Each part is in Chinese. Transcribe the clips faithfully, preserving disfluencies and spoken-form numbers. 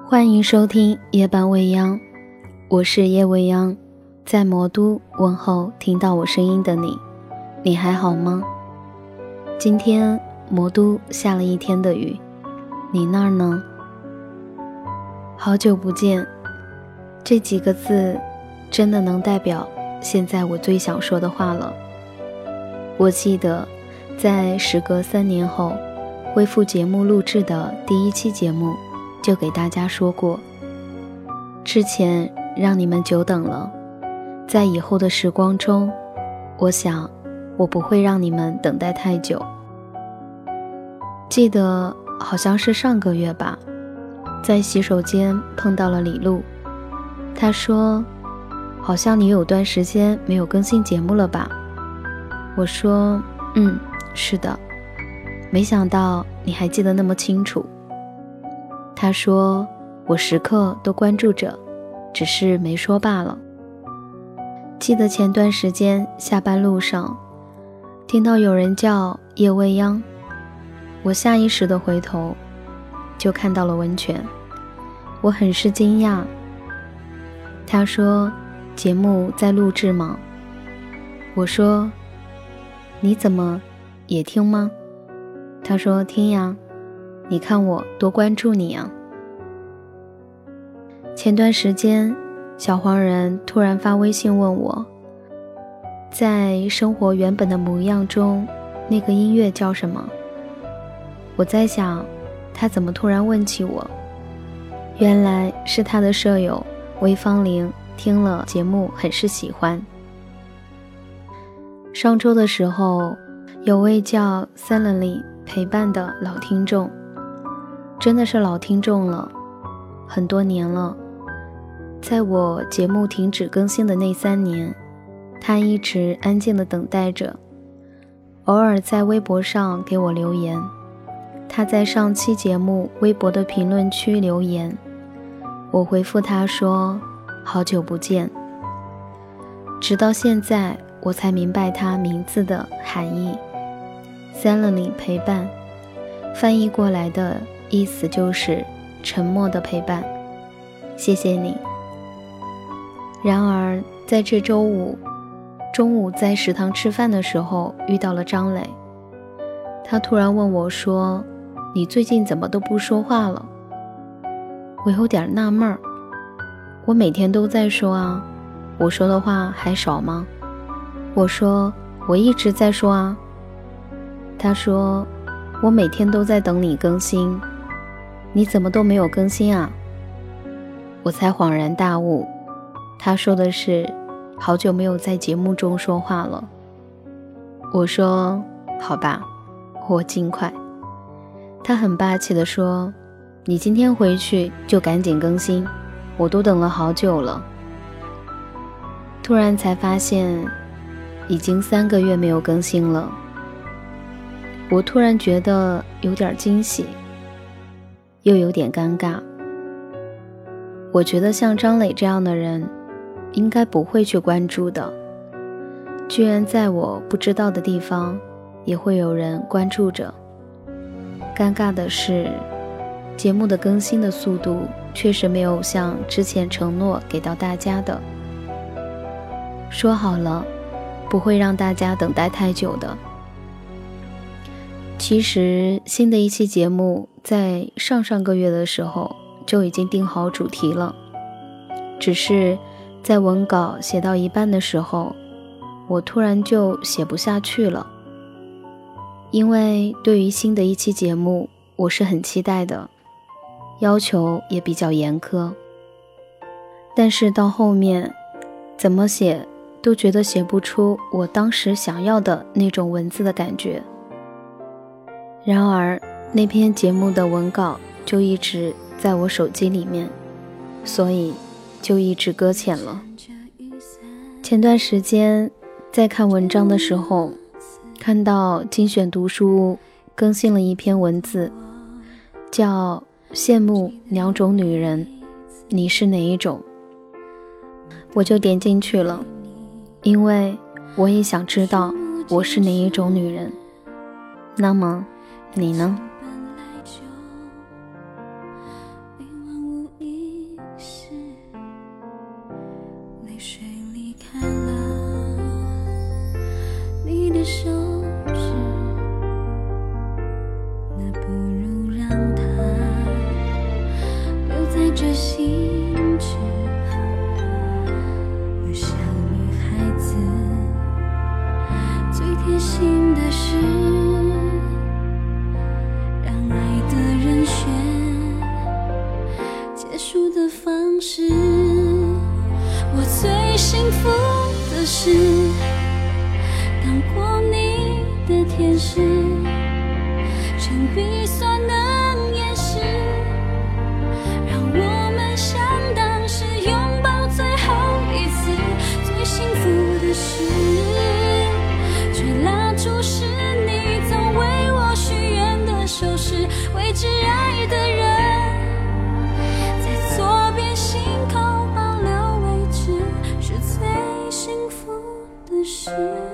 欢迎收听夜半未央，我是夜未央，在魔都问候听到我声音的你，你还好吗？今天魔都下了一天的雨，你那儿呢？好久不见，这几个字真的能代表现在我最想说的话了。我记得在时隔三年后恢复节目录制的第一期节目就给大家说过，之前让你们久等了，在以后的时光中，我想我不会让你们等待太久。记得好像是上个月吧，在洗手间碰到了李璐，她说好像你有段时间没有更新节目了吧？我说嗯，是的，没想到你还记得那么清楚。他说我时刻都关注着，只是没说罢了。记得前段时间下班路上听到有人叫夜未央，我下意识地回头就看到了温泉，我很是惊讶。他说节目在录制吗？我说你怎么也听吗？他说听呀，你看我多关注你啊。前段时间小黄人突然发微信问我，在生活原本的模样中那个音乐叫什么？我在想他怎么突然问起我，原来是他的舍友魏芳玲听了节目很是喜欢。上周的时候有位叫 Suddenly 陪伴的老听众，真的是老听众了，很多年了。在我节目停止更新的那三年，他一直安静地等待着，偶尔在微博上给我留言。他在上期节目微博的评论区留言，我回复他说好久不见。直到现在我才明白他名字的含义， Silently 陪伴，翻译过来的意思就是沉默的陪伴，谢谢你。然而在这周五中午在食堂吃饭的时候遇到了张磊，他突然问我说你最近怎么都不说话了？我有点纳闷儿，我每天都在说啊，我说的话还少吗？我说我一直在说啊。他说我每天都在等你更新，你怎么都没有更新啊？我才恍然大悟，他说的是好久没有在节目中说话了。我说好吧，我尽快。他很霸气地说你今天回去就赶紧更新，我都等了好久了。突然才发现已经三个月没有更新了，我突然觉得有点惊喜，又有点尴尬。我觉得像张磊这样的人应该不会去关注的，居然在我不知道的地方也会有人关注着。尴尬的是节目的更新的速度确实没有像之前承诺给到大家的，说好了不会让大家等待太久的。其实新的一期节目在上上个月的时候就已经定好主题了，只是在文稿写到一半的时候，我突然就写不下去了。因为对于新的一期节目我是很期待的，要求也比较严苛，但是到后面怎么写都觉得写不出我当时想要的那种文字的感觉。然而那篇节目的文稿就一直在我手机里面，所以就一直搁浅了。前段时间在看文章的时候，看到精选读书屋更新了一篇文字，叫羡慕两种女人，你是哪一种？我就点进去了，因为我也想知道我是哪一种女人。那么你呢？ 着心智，又像女孩子最贴心的事，让爱的人选结束的方式。我最幸福的是当过你的天使，趁鼻酸能掩饰，让我们像当时拥抱最后一次。最幸福的是吹蜡烛是你总为我许愿的手势，为挚爱的人在左边心口保留位置，是最幸福的事。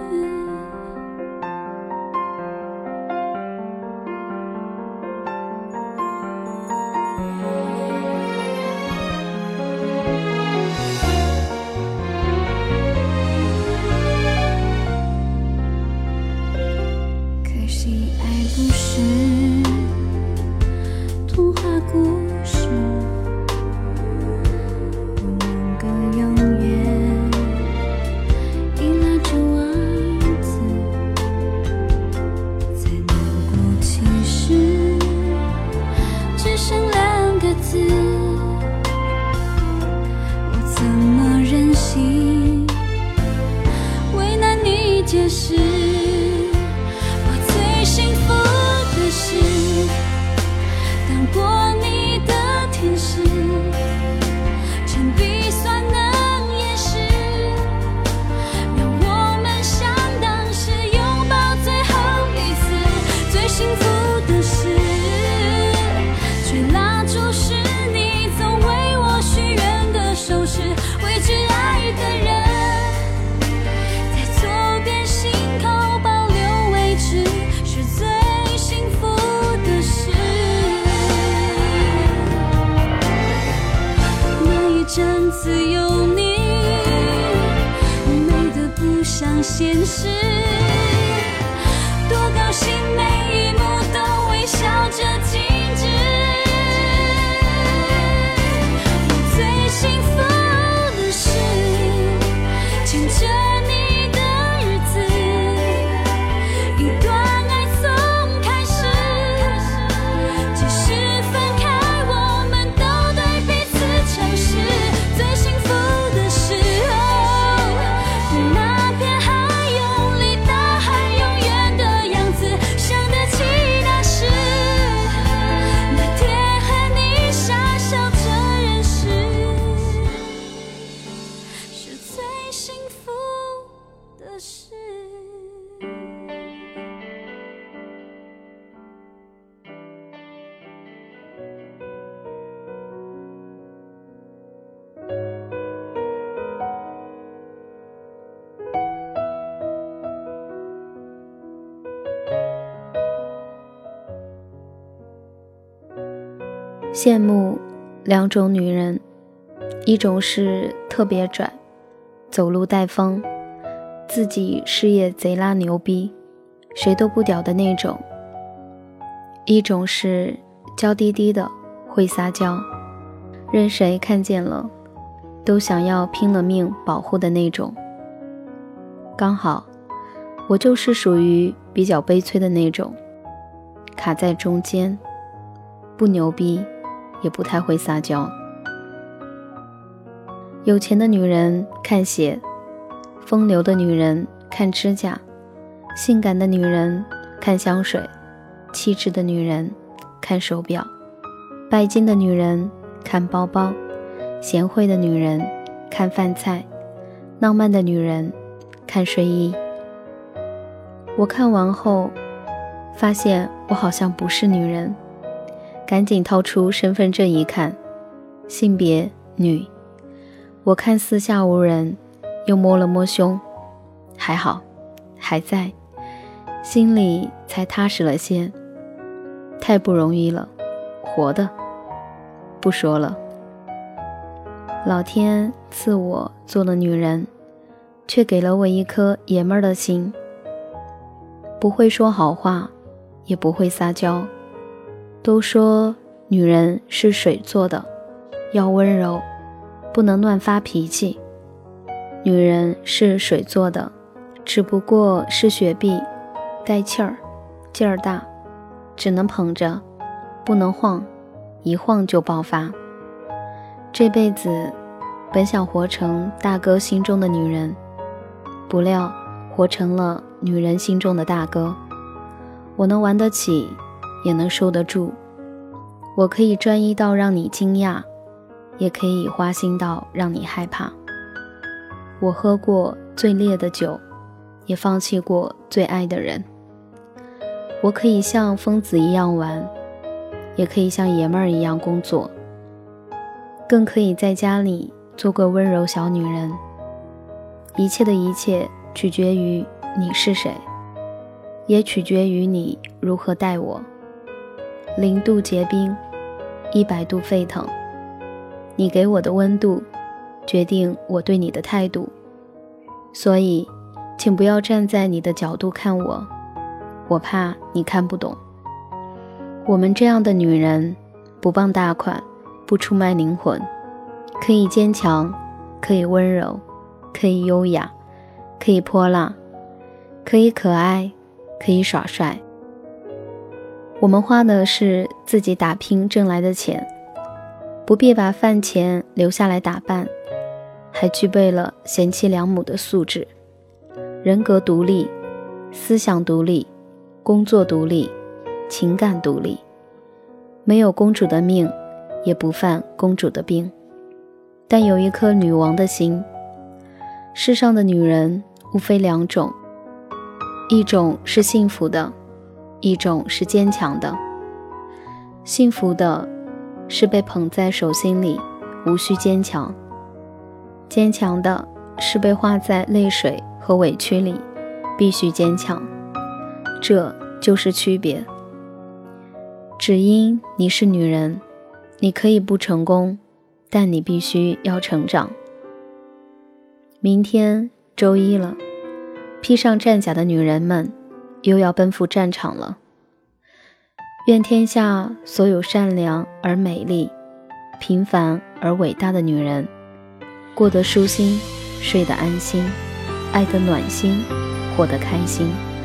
可惜爱不是童话故事，不能够永远依赖着王子，才能过其实只剩两个字。我怎么忍心为难你解释？我最幸福的是当过你的天使，趁鼻酸能掩饰，让我们像当时拥抱最后一次。最幸福的是吹蜡烛是你总为我许愿的手势，为挚爱的人在左边心口保留位置，是最幸福的事。那一阵子有你，美得不像现实，多高兴每一幕都微笑着静止。我最幸福的是牵着你的日子，一段爱从开始，即使分开我们都对彼此诚实。最幸福的时候，那片海用力大喊永远的样子，想得起那时那天和你傻笑着认识，是最幸福的事。 羡慕两种女人，一种是特别拽，走路带风，自己事业贼拉牛逼，谁都不屌的那种；一种是娇滴滴的，会撒娇，任谁看见了都想要拼了命保护的那种。刚好我就是属于比较悲催的那种，卡在中间，不牛逼也不太会撒娇。有钱的女人看鞋，风流的女人看指甲，性感的女人看香水，气质的女人看手表，拜金的女人看包包，贤惠的女人看饭菜，浪漫的女人看睡衣。我看完后发现我好像不是女人，赶紧掏出身份证一看，性别女。我看四下无人，又摸了摸胸，还好还在，心里才踏实了些。太不容易了，活的。不说了，老天赐我做了女人，却给了我一颗爷们儿的心，不会说好话，也不会撒娇。都说女人是水做的， 要温柔，不能乱发脾气。女人是水做的，只不过是雪碧，带气儿，劲儿大，只能捧着，不能晃，一晃就爆发。这辈子本想活成大哥心中的女人，不料活成了女人心中的大哥。我能玩得起，也能收得住。我可以专一到让你惊讶，也可以花心到让你害怕。我喝过最烈的酒，也放弃过最爱的人。我可以像疯子一样玩，也可以像爷们儿一样工作，更可以在家里做个温柔小女人。一切的一切取决于你是谁，也取决于你如何待我。零度结冰，一百度沸腾，你给我的温度决定我对你的态度。所以请不要站在你的角度看我，我怕你看不懂。我们这样的女人，不傍大款，不出卖灵魂，可以坚强，可以温柔，可以优雅，可以泼辣，可以可爱，可以耍帅。我们花的是自己打拼挣来的钱，不必把饭钱留下来打扮，还具备了贤妻良母的素质，人格独立，思想独立，工作独立，情感独立，没有公主的命，也不犯公主的病，但有一颗女王的心。世上的女人无非两种，一种是幸福的，一种是坚强的。幸福的是被捧在手心里，无需坚强；坚强的是被化在泪水和委屈里，必须坚强。这就是区别。只因你是女人，你可以不成功，但你必须要成长。明天周一了，披上战甲的女人们又要奔赴战场了。愿天下所有善良而美丽、平凡而伟大的女人，过得舒心，睡得安心，爱得暖心，活得开心。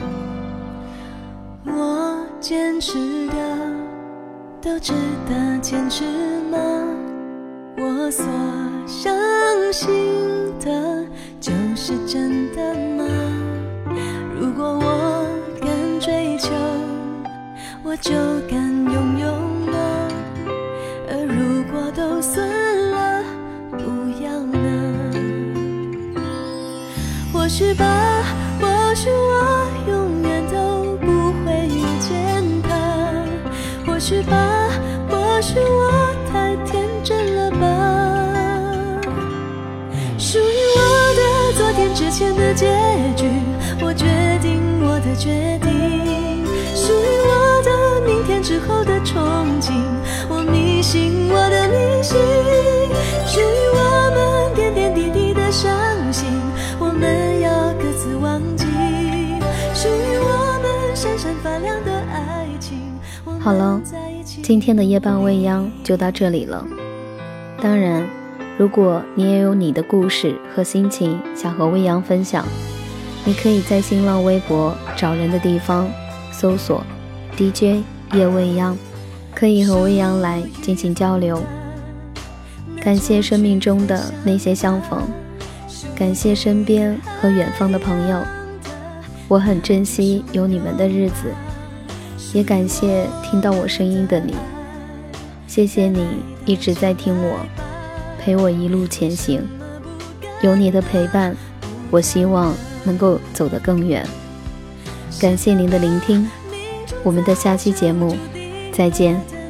我坚持的都值得坚持吗？我所相信的就是真的吗？如果我敢追求，我就敢拥有吗？而如果都算了，不要呢？或许吧，或许我永远都不会遇见他。或许吧，或许我太天真了吧。属于我的昨天之前的结局，我决定我的决定。属于我的明天之后的憧憬，我迷信我的迷信。属于我们点点滴滴的伤心，我们要各自忘记。属于我们闪闪发亮的爱情。 好了，今天的夜半未央就到这里了。当然，如果你也有你的故事和心情想和未央分享，你可以在新浪微博找人的地方搜索 D J 夜未央，可以和未央来进行交流。感谢生命中的那些相逢，感谢身边和远方的朋友，我很珍惜有你们的日子，也感谢听到我声音的你。谢谢你一直在听我，陪我一路前行。有你的陪伴，我希望能够走得更远。感谢您的聆听，我们的下期节目再见。